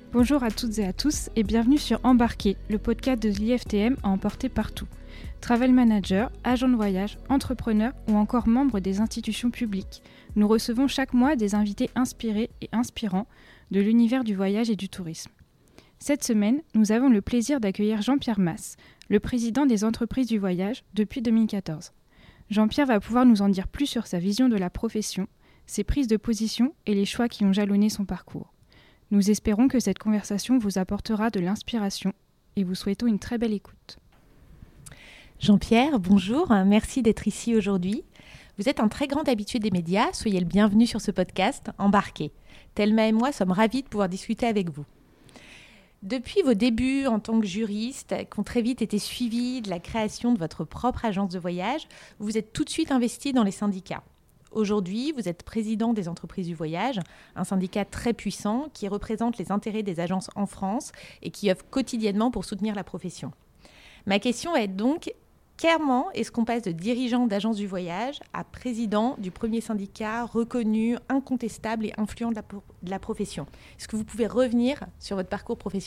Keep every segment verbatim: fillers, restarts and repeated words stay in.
Bonjour à toutes et à tous et bienvenue sur Embarquer, le podcast de l'I F T M à emporter partout. Travel manager, agent de voyage, entrepreneur ou encore membre des institutions publiques, nous recevons chaque mois des invités inspirés et inspirants de l'univers du voyage et du tourisme. Cette semaine, nous avons le plaisir d'accueillir Jean-Pierre Mas, le président des entreprises du voyage depuis deux mille quatorze. Jean-Pierre va pouvoir nous en dire plus sur sa vision de la profession, ses prises de position et les choix qui ont jalonné son parcours. Nous espérons que cette conversation vous apportera de l'inspiration et vous souhaitons une très belle écoute. Jean-Pierre, bonjour, merci d'être ici aujourd'hui. Vous êtes un très grand habitué des médias, soyez le bienvenu sur ce podcast Embarquer. Thelma et moi sommes ravis de pouvoir discuter avec vous. Depuis vos débuts en tant que juriste, qui ont très vite été suivis de la création de votre propre agence de voyage, vous vous êtes tout de suite investi dans les syndicats. Aujourd'hui, vous êtes président des entreprises du voyage, un syndicat très puissant qui représente les intérêts des agences en France et qui œuvre quotidiennement pour soutenir la profession. Ma question va être donc, comment est-ce qu'on passe de dirigeant d'agence du voyage à président du premier syndicat reconnu, incontestable et influent de la, de la profession ? Est-ce que vous pouvez revenir sur votre parcours professionnel ?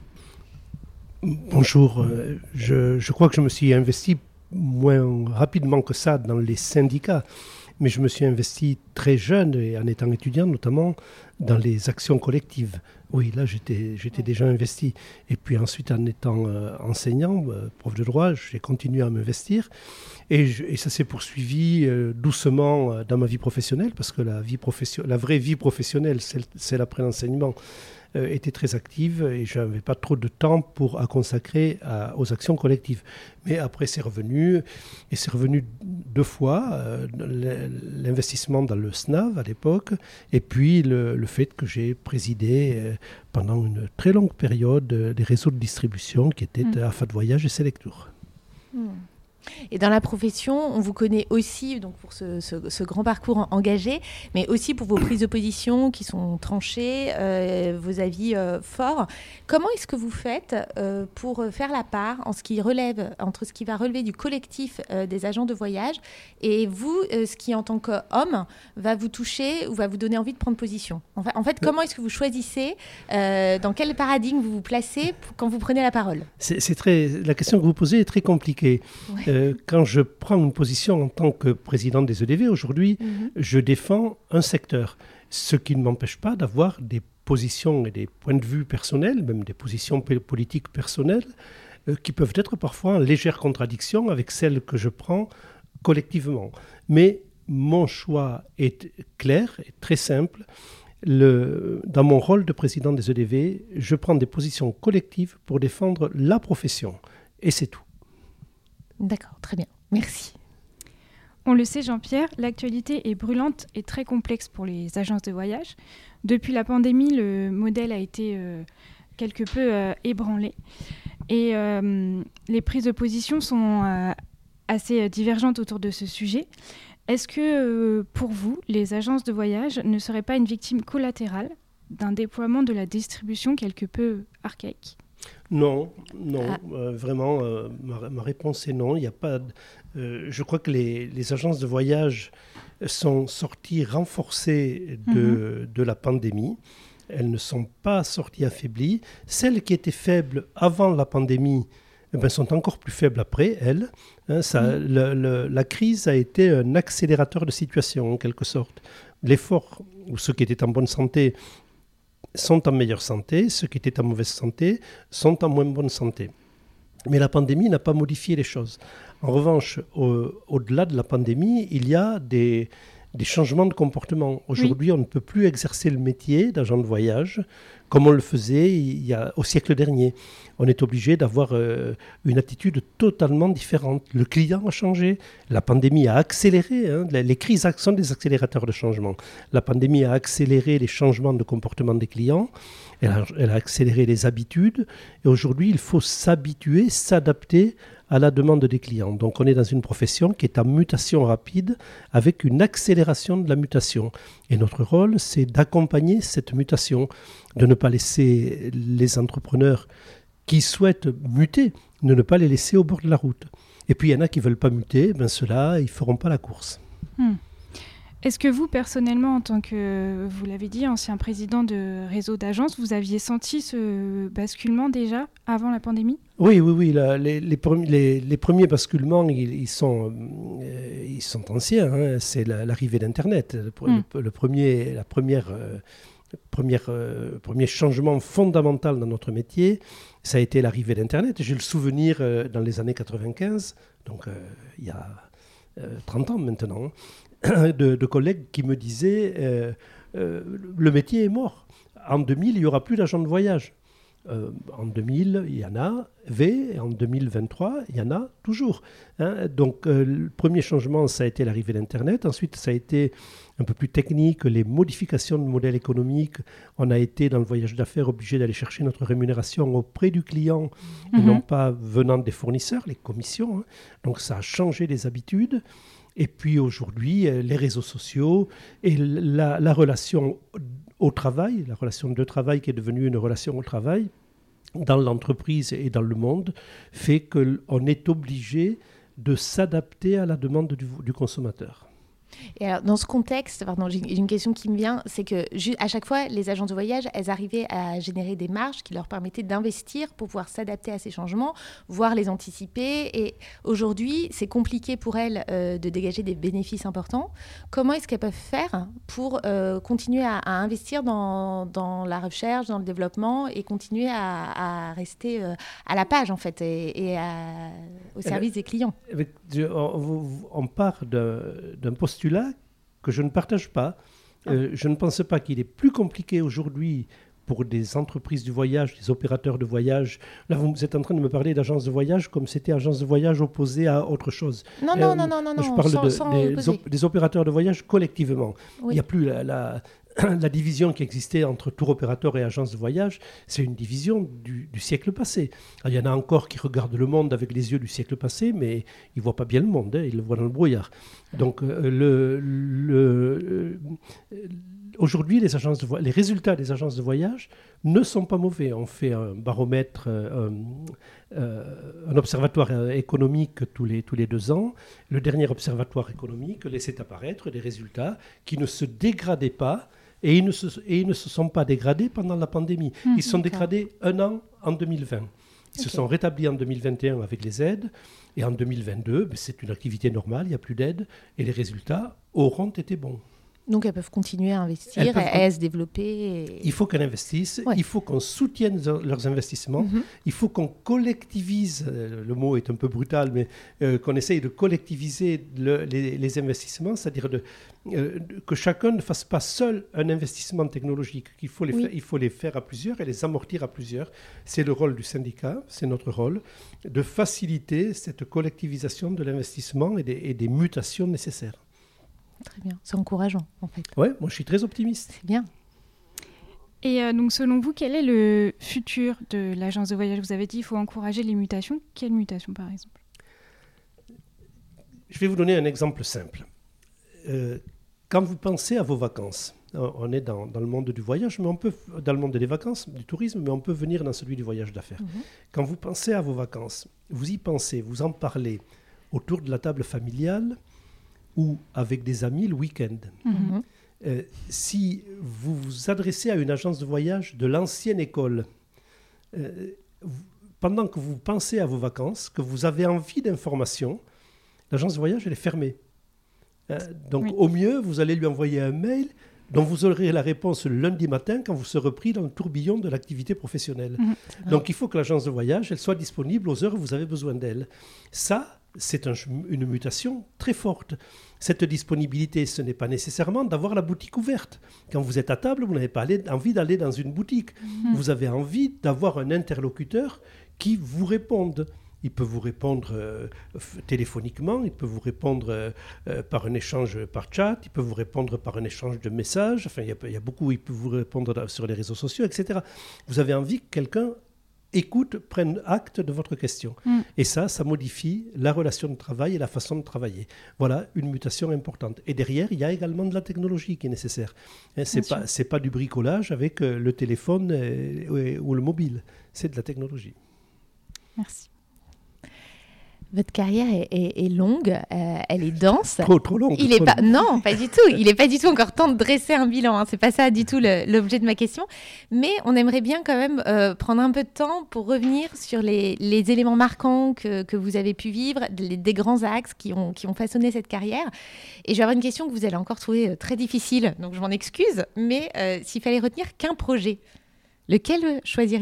Bonjour, je, je crois que je me suis investi moins rapidement que ça dans les syndicats. Mais je me suis investi très jeune, et en étant étudiant notamment, dans les actions collectives. Oui, là, j'étais, j'étais déjà investi. Et puis ensuite, en étant euh, enseignant, euh, prof de droit, j'ai continué à m'investir. Et, je, et ça s'est poursuivi euh, doucement euh, dans ma vie professionnelle, parce que la, vie profession- la vraie vie professionnelle, celle, celle après l'enseignement, euh, était très active et je n'avais pas trop de temps pour à consacrer à, aux actions collectives. Mais après, c'est revenu, et c'est revenu deux fois, euh, l'investissement dans le S N A V à l'époque, et puis le, le fait que j'ai présidé euh, pendant une très longue période euh, des réseaux de distribution qui étaient mmh. Afat Voyage et Selectour. Mmh. Et dans la profession, on vous connaît aussi donc pour ce, ce, ce grand parcours engagé, mais aussi pour vos prises de position qui sont tranchées, euh, vos avis euh, forts. Comment est-ce que vous faites euh, pour faire la part en ce qui relève, entre ce qui va relever du collectif euh, des agents de voyage et vous, euh, ce qui en tant qu'homme va vous toucher ou va vous donner envie de prendre position ? En fait, en fait comment est-ce que vous choisissez, euh, dans quel paradigme vous vous placez pour, quand vous prenez la parole ? c'est, c'est très, la question que vous posez est très compliquée. Ouais. Euh, Quand je prends une position en tant que président des E D V aujourd'hui, mmh. je défends un secteur, ce qui ne m'empêche pas d'avoir des positions et des points de vue personnels, même des positions politiques personnelles, euh, qui peuvent être parfois en légère contradiction avec celles que je prends collectivement. Mais mon choix est clair et très simple. Le, dans mon rôle de président des E D V, je prends des positions collectives pour défendre la profession. Et c'est tout. D'accord, très bien. Merci. On le sait, Jean-Pierre, l'actualité est brûlante et très complexe pour les agences de voyage. Depuis la pandémie, le modèle a été euh, quelque peu euh, ébranlé. Et euh, les prises de position sont euh, assez divergentes autour de ce sujet. Est-ce que, euh, pour vous, les agences de voyage ne seraient pas une victime collatérale d'un déploiement de la distribution quelque peu archaïque ? Non, non, ah. euh, vraiment, euh, ma, ma réponse est non. Il y a pas. Euh, je crois que les, les agences de voyage sont sorties renforcées de, mmh. de la pandémie. Elles ne sont pas sorties affaiblies. Celles qui étaient faibles avant la pandémie eh ben, sont encore plus faibles après, elles. Hein, ça, mmh. le, le, la crise a été un accélérateur de situation, en quelque sorte. L'effort, ou ceux qui étaient en bonne santé, sont en meilleure santé, ceux qui étaient en mauvaise santé sont en moins bonne santé. Mais la pandémie n'a pas modifié les choses. En revanche, au, au-delà de la pandémie, il y a des, des changements de comportement. Aujourd'hui, oui. on ne peut plus exercer le métier d'agent de voyage comme on le faisait il y a, au siècle dernier. On est obligé d'avoir euh, une attitude totalement différente. Le client a changé. La pandémie a accéléré. Hein, les crises sont des accélérateurs de changement. La pandémie a accéléré les changements de comportement des clients. Elle a, elle a accéléré les habitudes. Et aujourd'hui, il faut s'habituer, s'adapter à la demande des clients. Donc on est dans une profession qui est en mutation rapide avec une accélération de la mutation. Et notre rôle, c'est d'accompagner cette mutation, de ne pas laisser les entrepreneurs qui souhaitent muter, de ne pas les laisser au bord de la route. Et puis il y en a qui ne veulent pas muter, ben ceux-là, ils ne feront pas la course. Hmm. Est-ce que vous, personnellement, en tant que, vous l'avez dit, ancien président de réseau d'agences, vous aviez senti ce basculement déjà avant la pandémie ? Oui, oui, oui. La, les, les, premiers, les, les premiers basculements, ils, ils, sont, euh, ils sont anciens. Hein. C'est la, l'arrivée d'Internet. Le, mm. le, le premier, la première, euh, première, euh, premier changement fondamental dans notre métier, ça a été l'arrivée d'Internet. J'ai le souvenir euh, dans les années quatre-vingt-quinze, donc euh, il y a euh, trente ans maintenant, de, de collègues qui me disaient euh, euh, le métier est mort. En deux mille, il n'y aura plus d'agents de voyage. Euh, en deux mille, il y en a, V, et en deux mille vingt-trois, il y en a toujours. Hein. Donc, euh, le premier changement, ça a été l'arrivée d'Internet. Ensuite, ça a été un peu plus technique, les modifications de modèle économique. On a été, dans le voyage d'affaires, obligé d'aller chercher notre rémunération auprès du client, mmh. et non pas venant des fournisseurs, les commissions. Hein. Donc, ça a changé les habitudes. Et puis, aujourd'hui, les réseaux sociaux et la, la relation au travail, la relation de travail qui est devenue une relation au travail, dans l'entreprise et dans le monde, fait qu'on est obligé de s'adapter à la demande du, du consommateur. Et alors, dans ce contexte, pardon, j'ai une question qui me vient, c'est que à chaque fois, les agences de voyage, elles arrivaient à générer des marges qui leur permettaient d'investir pour pouvoir s'adapter à ces changements, voire les anticiper. Et aujourd'hui, c'est compliqué pour elles euh, de dégager des bénéfices importants. Comment est-ce qu'elles peuvent faire pour euh, continuer à, à investir dans, dans la recherche, dans le développement et continuer à, à rester euh, à la page, en fait, et, et à, au service des clients ? On, on part d'un, d'un postulat que je ne partage pas. Euh, je ne pense pas qu'il est plus compliqué aujourd'hui pour des entreprises du voyage, des opérateurs de voyage. Là, vous êtes en train de me parler d'agence de voyage comme c'était agence de voyage opposée à autre chose. Non, euh, non, non, non, non. Je parle sans, de, sans des, op- des opérateurs de voyage collectivement. Oui. Il n'y a plus la... la La division qui existait entre tour opérateur et agence de voyage, c'est une division du, du siècle passé. Alors, il y en a encore qui regardent le monde avec les yeux du siècle passé, mais ils ne voient pas bien le monde, hein, ils le voient dans le brouillard. Donc, euh, le, le, euh, aujourd'hui, les, agences de vo- les résultats des agences de voyage ne sont pas mauvais. On fait un baromètre, euh, euh, un observatoire économique tous les, tous les deux ans. Le dernier observatoire économique laissait apparaître des résultats qui ne se dégradaient pas. Et ils, ne se, et ils ne se sont pas dégradés pendant la pandémie. Mmh, ils se sont d'accord. dégradés un an en deux mille vingt. Ils okay. se sont rétablis en deux mille vingt et un avec les aides. Et en deux mille vingt-deux, ben, c'est une activité normale, il n'y a plus d'aides. Et les résultats auront été bons. Donc, elles peuvent continuer à investir, et à se développer. Et... Il faut qu'elles investissent, ouais. il faut qu'on soutienne leurs investissements, mm-hmm. il faut qu'on collectivise, le mot est un peu brutal, mais euh, qu'on essaye de collectiviser le, les, les investissements, c'est-à-dire de, euh, que chacun ne fasse pas seul un investissement technologique, qu'il faut les, oui. faire, il faut les faire à plusieurs et les amortir à plusieurs. C'est le rôle du syndicat, c'est notre rôle, de faciliter cette collectivisation de l'investissement et des, et des mutations nécessaires. Très bien, c'est encourageant en fait. Oui, moi je suis très optimiste. C'est bien. Et euh, donc selon vous, quel est le futur de l'agence de voyage ? Vous avez dit qu'il faut encourager les mutations. Quelles mutations par exemple ? Je vais vous donner un exemple simple. Euh, quand vous pensez à vos vacances, on est dans, dans le monde du voyage, mais on peut, dans le monde des vacances, du tourisme, mais on peut venir dans celui du voyage d'affaires. Mmh. Quand vous pensez à vos vacances, vous y pensez, vous en parlez autour de la table familiale, ou avec des amis le week-end. Mm-hmm. Euh, si vous vous adressez à une agence de voyage de l'ancienne école, euh, vous, pendant que vous pensez à vos vacances, que vous avez envie d'informations, l'agence de voyage, elle est fermée. Euh, donc, oui. Au mieux, vous allez lui envoyer un mail dont vous aurez la réponse le lundi matin quand vous serez pris dans le tourbillon de l'activité professionnelle. Mm-hmm. Donc, il faut que l'agence de voyage, elle soit disponible aux heures où vous avez besoin d'elle. Ça, c'est un, une mutation très forte. Cette disponibilité, ce n'est pas nécessairement d'avoir la boutique ouverte. Quand vous êtes à table, vous n'avez pas envie d'aller dans une boutique. Mmh. Vous avez envie d'avoir un interlocuteur qui vous réponde. Il peut vous répondre euh, téléphoniquement, il peut vous répondre euh, euh, par un échange par chat, il peut vous répondre par un échange de messages. Enfin, il y a, il y a beaucoup, il peut vous répondre sur les réseaux sociaux, et cetera. Vous avez envie que quelqu'un écoute, prenne acte de votre question. Mm. Et ça, ça modifie la relation de travail et la façon de travailler. Voilà une mutation importante. Et derrière, il y a également de la technologie qui est nécessaire. Hein, c'est pas, c'est pas du bricolage avec euh, le téléphone et, ou le mobile. C'est de la technologie. Merci. Votre carrière est, est, est longue, euh, elle est dense. Trop, trop longue. Il trop est pas, longue. non, pas du tout. Il n'est pas du tout encore temps de dresser un bilan. Hein. C'est pas ça du tout le, l'objet de ma question. Mais on aimerait bien quand même euh, prendre un peu de temps pour revenir sur les, les éléments marquants que, que vous avez pu vivre, des, des grands axes qui ont, qui ont façonné cette carrière. Et je vais avoir une question que vous allez encore trouver très difficile, donc je m'en excuse. Mais euh, s'il fallait retenir qu'un projet, lequel choisiriez-vous ?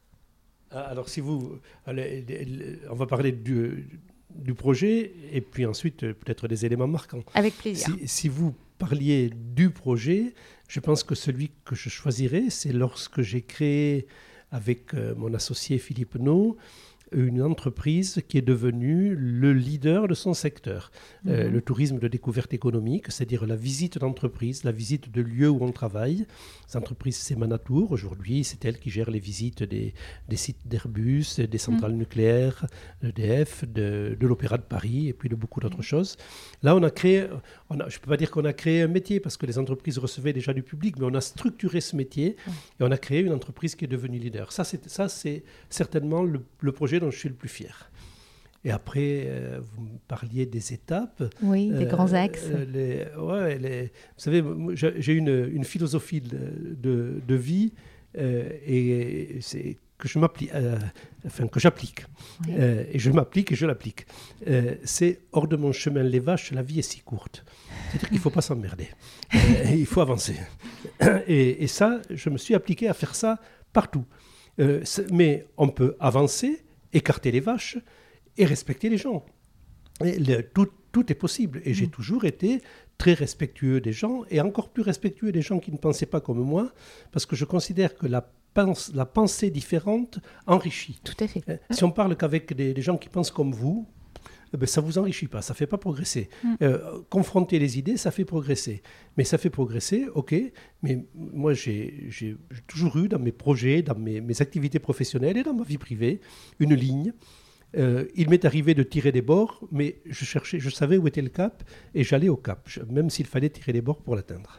Alors, si vous, allez, on va parler du, du projet et puis ensuite peut-être des éléments marquants. Avec plaisir. Si, si vous parliez du projet, je pense que celui que je choisirais, c'est lorsque j'ai créé avec mon associé Philippe No une entreprise qui est devenue le leader de son secteur. Mmh. Euh, le tourisme de découverte économique, c'est-à-dire la visite d'entreprise, la visite de lieux où on travaille. L'entreprise, c'est Manatour. Aujourd'hui, c'est elle qui gère les visites des, des sites d'Airbus, des centrales mmh. nucléaires, d'E D F, de, de l'Opéra de Paris et puis de beaucoup d'autres mmh. choses. Là, on a créé, on a, je ne peux pas dire qu'on a créé un métier parce que les entreprises recevaient déjà du public, mais on a structuré ce métier mmh. et on a créé une entreprise qui est devenue leader. Ça, c'est, ça, c'est certainement le, le projet dont je suis le plus fier. Et après, euh, vous me parliez des étapes. Oui, des euh, grands axes. Euh, les, ouais, les, vous savez, j'ai une, une philosophie de, de, de vie euh, et c'est que je m'applique, euh, enfin que j'applique. Oui. Euh, et je m'applique et je l'applique. Euh, c'est hors de mon chemin les vaches, la vie est si courte. C'est-à-dire qu'il ne faut pas s'emmerder. euh, il faut avancer. Et, et ça, je me suis appliqué à faire ça partout. Euh, mais on peut avancer, écarter les vaches et respecter les gens. Et le, tout, tout est possible. Et j'ai mmh. toujours été très respectueux des gens et encore plus respectueux des gens qui ne pensaient pas comme moi, parce que je considère que la, pense, la pensée différente enrichit. Tout à fait. Si on parle qu'avec des, des gens qui pensent comme vous, eh bien, ça ne vous enrichit pas, ça ne fait pas progresser. Mm. Euh, confronter les idées, ça fait progresser. Mais ça fait progresser, ok, mais moi j'ai, j'ai, j'ai toujours eu dans mes projets, dans mes, mes activités professionnelles et dans ma vie privée, une ligne. Euh, il m'est arrivé de tirer des bords, mais je cherchais, je savais où était le cap et j'allais au cap, je, même s'il fallait tirer des bords pour l'atteindre.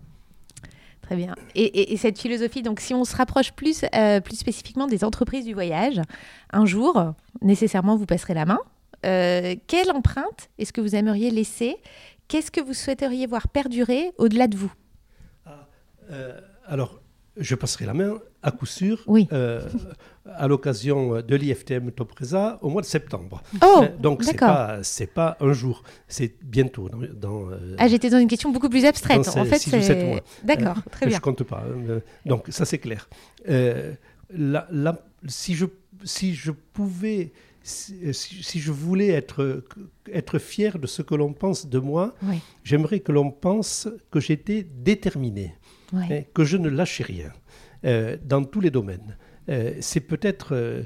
Très bien. Et, et, et cette philosophie, donc si on se rapproche plus, euh, plus spécifiquement des entreprises du voyage, un jour, nécessairement, vous passerez la main. Euh, quelle empreinte est-ce que vous aimeriez laisser ? Qu'est-ce que vous souhaiteriez voir perdurer au-delà de vous ? ah, euh, Alors, je passerai la main, à coup sûr, oui. euh, à l'occasion de l'I F T M Topresa au mois de septembre. Oh, euh, donc, ce n'est pas, c'est pas un jour, c'est bientôt. Dans, dans, euh, ah, j'étais dans une question beaucoup plus abstraite. Dans en fait, six c'est... ou sept mois. D'accord, euh, très bien. Je ne compte pas. Euh, donc, ça, c'est clair. Euh, la, la, si, je, si je pouvais... Si, si je voulais être, être fier de ce que l'on pense de moi, oui. j'aimerais que l'on pense que j'étais déterminé, oui. hein, que je ne lâchais rien euh, dans tous les domaines. Euh, c'est peut-être euh,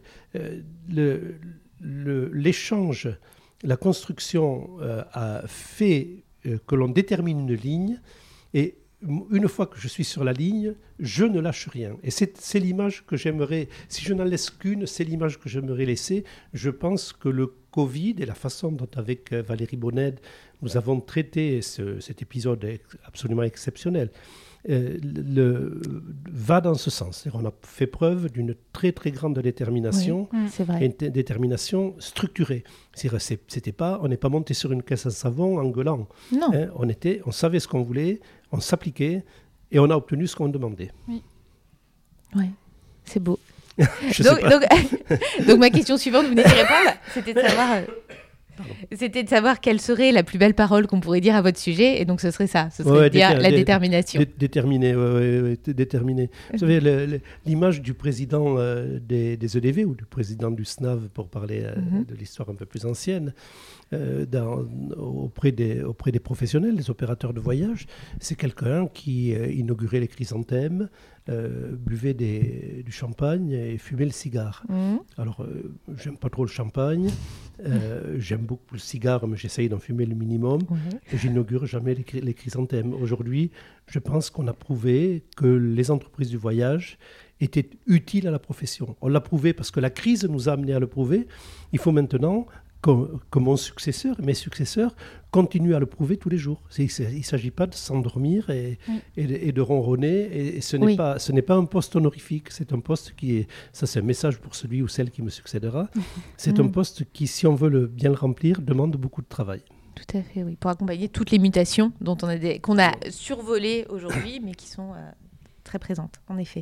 le, le, l'échange, la construction euh, a fait euh, que l'on détermine une ligne et une fois que je suis sur la ligne, je ne lâche rien. Et c'est, c'est l'image que j'aimerais, si je n'en laisse qu'une, c'est l'image que j'aimerais laisser. Je pense que le Covid et la façon dont, avec Valérie Bonnède, nous avons traité ce, cet épisode absolument exceptionnel, euh, le, va dans ce sens. C'est-à-dire, on a fait preuve d'une très, très grande détermination, oui, c'est vrai. Et une détermination structurée. C'est-à-dire, c'est, c'était pas, on n'est pas monté sur une caisse à savon en gueulant. Non. Hein, on, était, on savait ce qu'on voulait, on s'appliquait et on a obtenu ce qu'on demandait. Oui, ouais, c'est beau. Je donc, sais pas. donc, donc ma question suivante, vous venez d'y répondre, c'était de savoir... Euh... C'était de savoir quelle serait la plus belle parole qu'on pourrait dire à votre sujet, et donc ce serait ça, ce serait ouais, de dire déter- la dé- détermination. Dé- déterminé, ouais, ouais, ouais, déterminé. Vous savez, le, le, l'image du président euh, des, des E D V, ou du président du S N A V, pour parler euh, mm-hmm. de l'histoire un peu plus ancienne, euh, dans, auprès, des, auprès des professionnels, des opérateurs de voyage, c'est quelqu'un qui euh, inaugurait les chrysanthèmes, euh, buvait des, du champagne et fumait le cigare. Mm. Alors, euh, j'aime pas trop le champagne, euh, j'aime beaucoup le cigare, mais j'essaye d'en fumer le minimum, mm-hmm. et j'inaugure jamais les, les chrysanthèmes. Aujourd'hui, je pense qu'on a prouvé que les entreprises du voyage étaient utiles à la profession. On l'a prouvé parce que la crise nous a amené à le prouver. Il faut maintenant que, que mon successeur, mes successeurs, continuent à le prouver tous les jours. C'est, c'est, il ne s'agit pas de s'endormir et, oui. et, et de ronronner. Et, et ce, n'est oui. pas, ce n'est pas un poste honorifique. C'est un poste qui est... Ça, c'est un message pour celui ou celle qui me succédera. C'est mmh. un poste qui, si on veut le, bien le remplir, demande beaucoup de travail. Tout à fait, oui. Pour accompagner toutes les mutations dont on a des, qu'on a survolées aujourd'hui, mais qui sont euh, très présentes, en effet.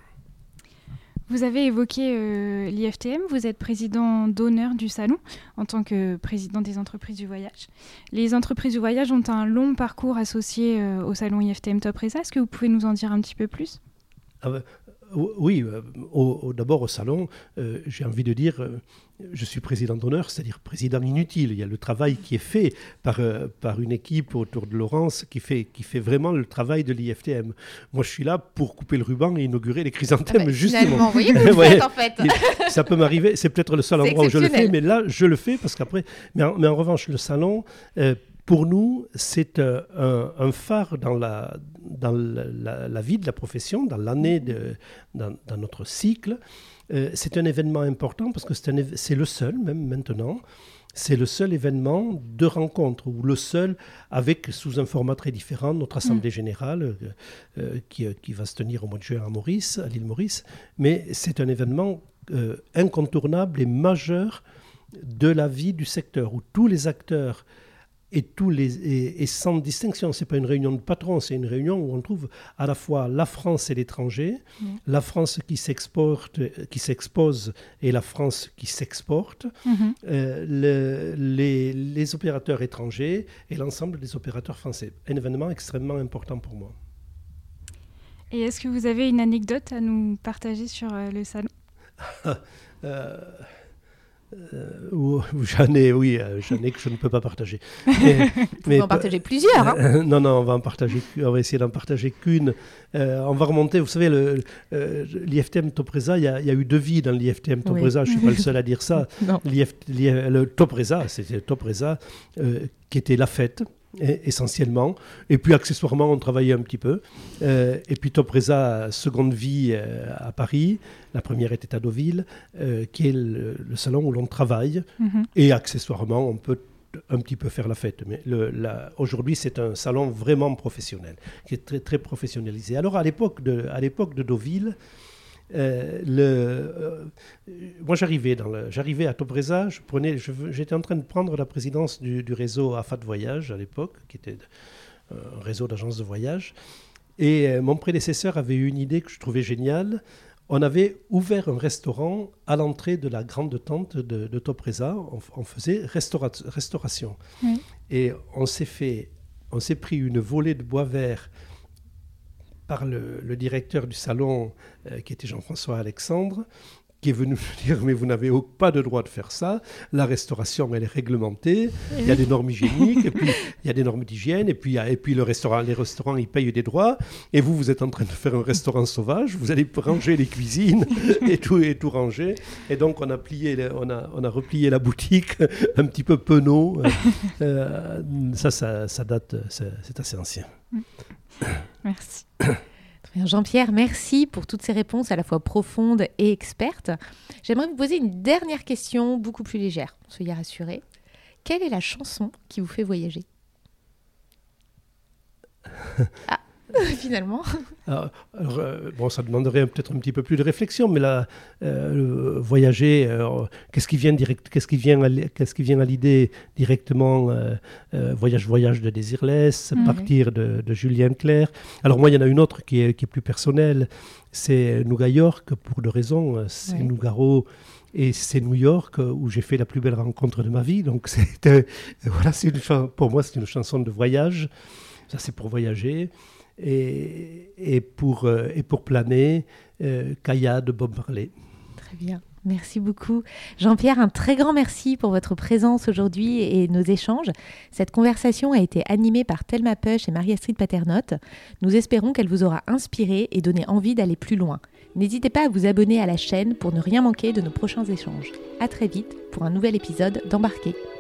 Vous avez évoqué euh, l'I F T M, vous êtes président d'honneur du salon en tant que président des entreprises du voyage. Les entreprises du voyage ont un long parcours associé euh, au salon I F T M Top Resa. Est-ce que vous pouvez nous en dire un petit peu plus ? ah ben, Oui, euh, au, au, d'abord au salon, euh, j'ai envie de dire, euh, je suis président d'honneur, c'est-à-dire président inutile. Il y a le travail qui est fait par, euh, par une équipe autour de Laurence qui fait, qui fait vraiment le travail de l'I F T M. Moi, je suis là pour couper le ruban et inaugurer les chrysanthèmes, ah ben, justement. Finalement, vous voyez, vous le faites en fait. Ça peut m'arriver, c'est peut-être le seul endroit où je le fais, mais là, je le fais parce qu'après... Mais en, mais en revanche, le salon... Euh, Pour nous, c'est euh, un, un phare dans, la, dans la, la, la vie de la profession, dans l'année, de, dans, dans notre cycle. Euh, c'est un événement important parce que c'est, un, c'est le seul, même maintenant, c'est le seul événement de rencontre, ou le seul avec, sous un format très différent, notre Assemblée mmh. générale euh, euh, qui, qui va se tenir au mois de juin à Maurice, à l'île Maurice. Mais c'est un événement euh, incontournable et majeur de la vie du secteur, où tous les acteurs Et, tous les, et, et sans distinction, ce n'est pas une réunion de patrons, c'est une réunion où on trouve à la fois la France et l'étranger, mmh. la France qui s'exporte, qui s'expose et la France qui s'exporte, mmh. euh, le, les, les opérateurs étrangers et l'ensemble des opérateurs français. Un événement extrêmement important pour moi. Et est-ce que vous avez une anecdote à nous partager sur euh, le salon ? euh, Euh, j'en ai, oui, euh, j'en ai que je ne peux pas partager. Mais, Vous pouvez en partager plusieurs. Hein euh, non, non, on va en partager, on va essayer d'en partager qu'une. Euh, on va remonter, vous savez, le, euh, l'I F T M Top Resa, il y, y a eu deux vies dans l'I F T M Top Resa, oui. Je ne suis pas le seul à dire ça. L'I F, l'I F, le Top Resa, c'était Top Resa, euh, qui était la fête. Essentiellement, et puis accessoirement on travaillait un petit peu, euh, et puis Top Resa, seconde vie euh, à Paris, la première était à Deauville, euh, qui est le, le salon où l'on travaille, mm-hmm. et accessoirement on peut un petit peu faire la fête, mais le, la, aujourd'hui c'est un salon vraiment professionnel, qui est très, très professionnalisé. Alors à l'époque de, à l'époque de Deauville, Euh, le, euh, moi j'arrivais, dans le, j'arrivais à Top Resa, je prenais, je, j'étais en train de prendre la présidence du, du réseau A F A T Voyage à l'époque, qui était euh, un réseau d'agences de voyage, et euh, mon prédécesseur avait eu une idée que je trouvais géniale. On avait ouvert un restaurant à l'entrée de la grande tente de, de Top Resa, on, on faisait restaura- restauration, mmh. et on s'est fait, on s'est pris une volée de bois vert par le, le directeur du salon, euh, qui était Jean-François Alexandre, qui est venu me dire « mais vous n'avez pas de droit de faire ça, la restauration elle est réglementée, il y a des normes hygiéniques, et puis il y a des normes d'hygiène, et puis, et puis le restaurant, les restaurants ils payent des droits, et vous vous êtes en train de faire un restaurant sauvage, vous allez ranger les cuisines et tout, et tout ranger ». Et donc on a, plié, on, a, on a replié la boutique un petit peu penaud, euh, ça, ça, ça date, c'est, c'est assez ancien. Merci. Jean-Pierre, merci pour toutes ces réponses à la fois profondes et expertes. J'aimerais vous poser une dernière question beaucoup plus légère, soyez rassurés. Quelle est la chanson qui vous fait voyager ? Ah, finalement. Alors, alors, euh, bon, ça demanderait peut-être un petit peu plus de réflexion, mais là, euh, voyager, euh, qu'est-ce qui vient direct, qu'est-ce qui vient, à, qu'est-ce qui vient à l'idée directement euh, euh, Voyage, voyage de Désirless, mmh. Partir de, de Julien Clerc. Alors moi, il y en a une autre qui est, qui est plus personnelle, c'est Nougat York, pour deux raisons. C'est ouais. Nougaro et c'est New York où j'ai fait la plus belle rencontre de ma vie. Donc c'est, euh, voilà, c'est une ch- pour moi, c'est une chanson de voyage. Ça, c'est pour voyager. Et, et, pour, euh, et pour planer, euh, Kaya de Bob Marley. Très bien, merci beaucoup. Jean-Pierre, un très grand merci pour votre présence aujourd'hui et nos échanges. Cette conversation a été animée par Thelma Pusch et Marie-Astrid Paternotte. Nous espérons qu'elle vous aura inspiré et donné envie d'aller plus loin. N'hésitez pas à vous abonner à la chaîne pour ne rien manquer de nos prochains échanges. À très vite pour un nouvel épisode d'Embarquer.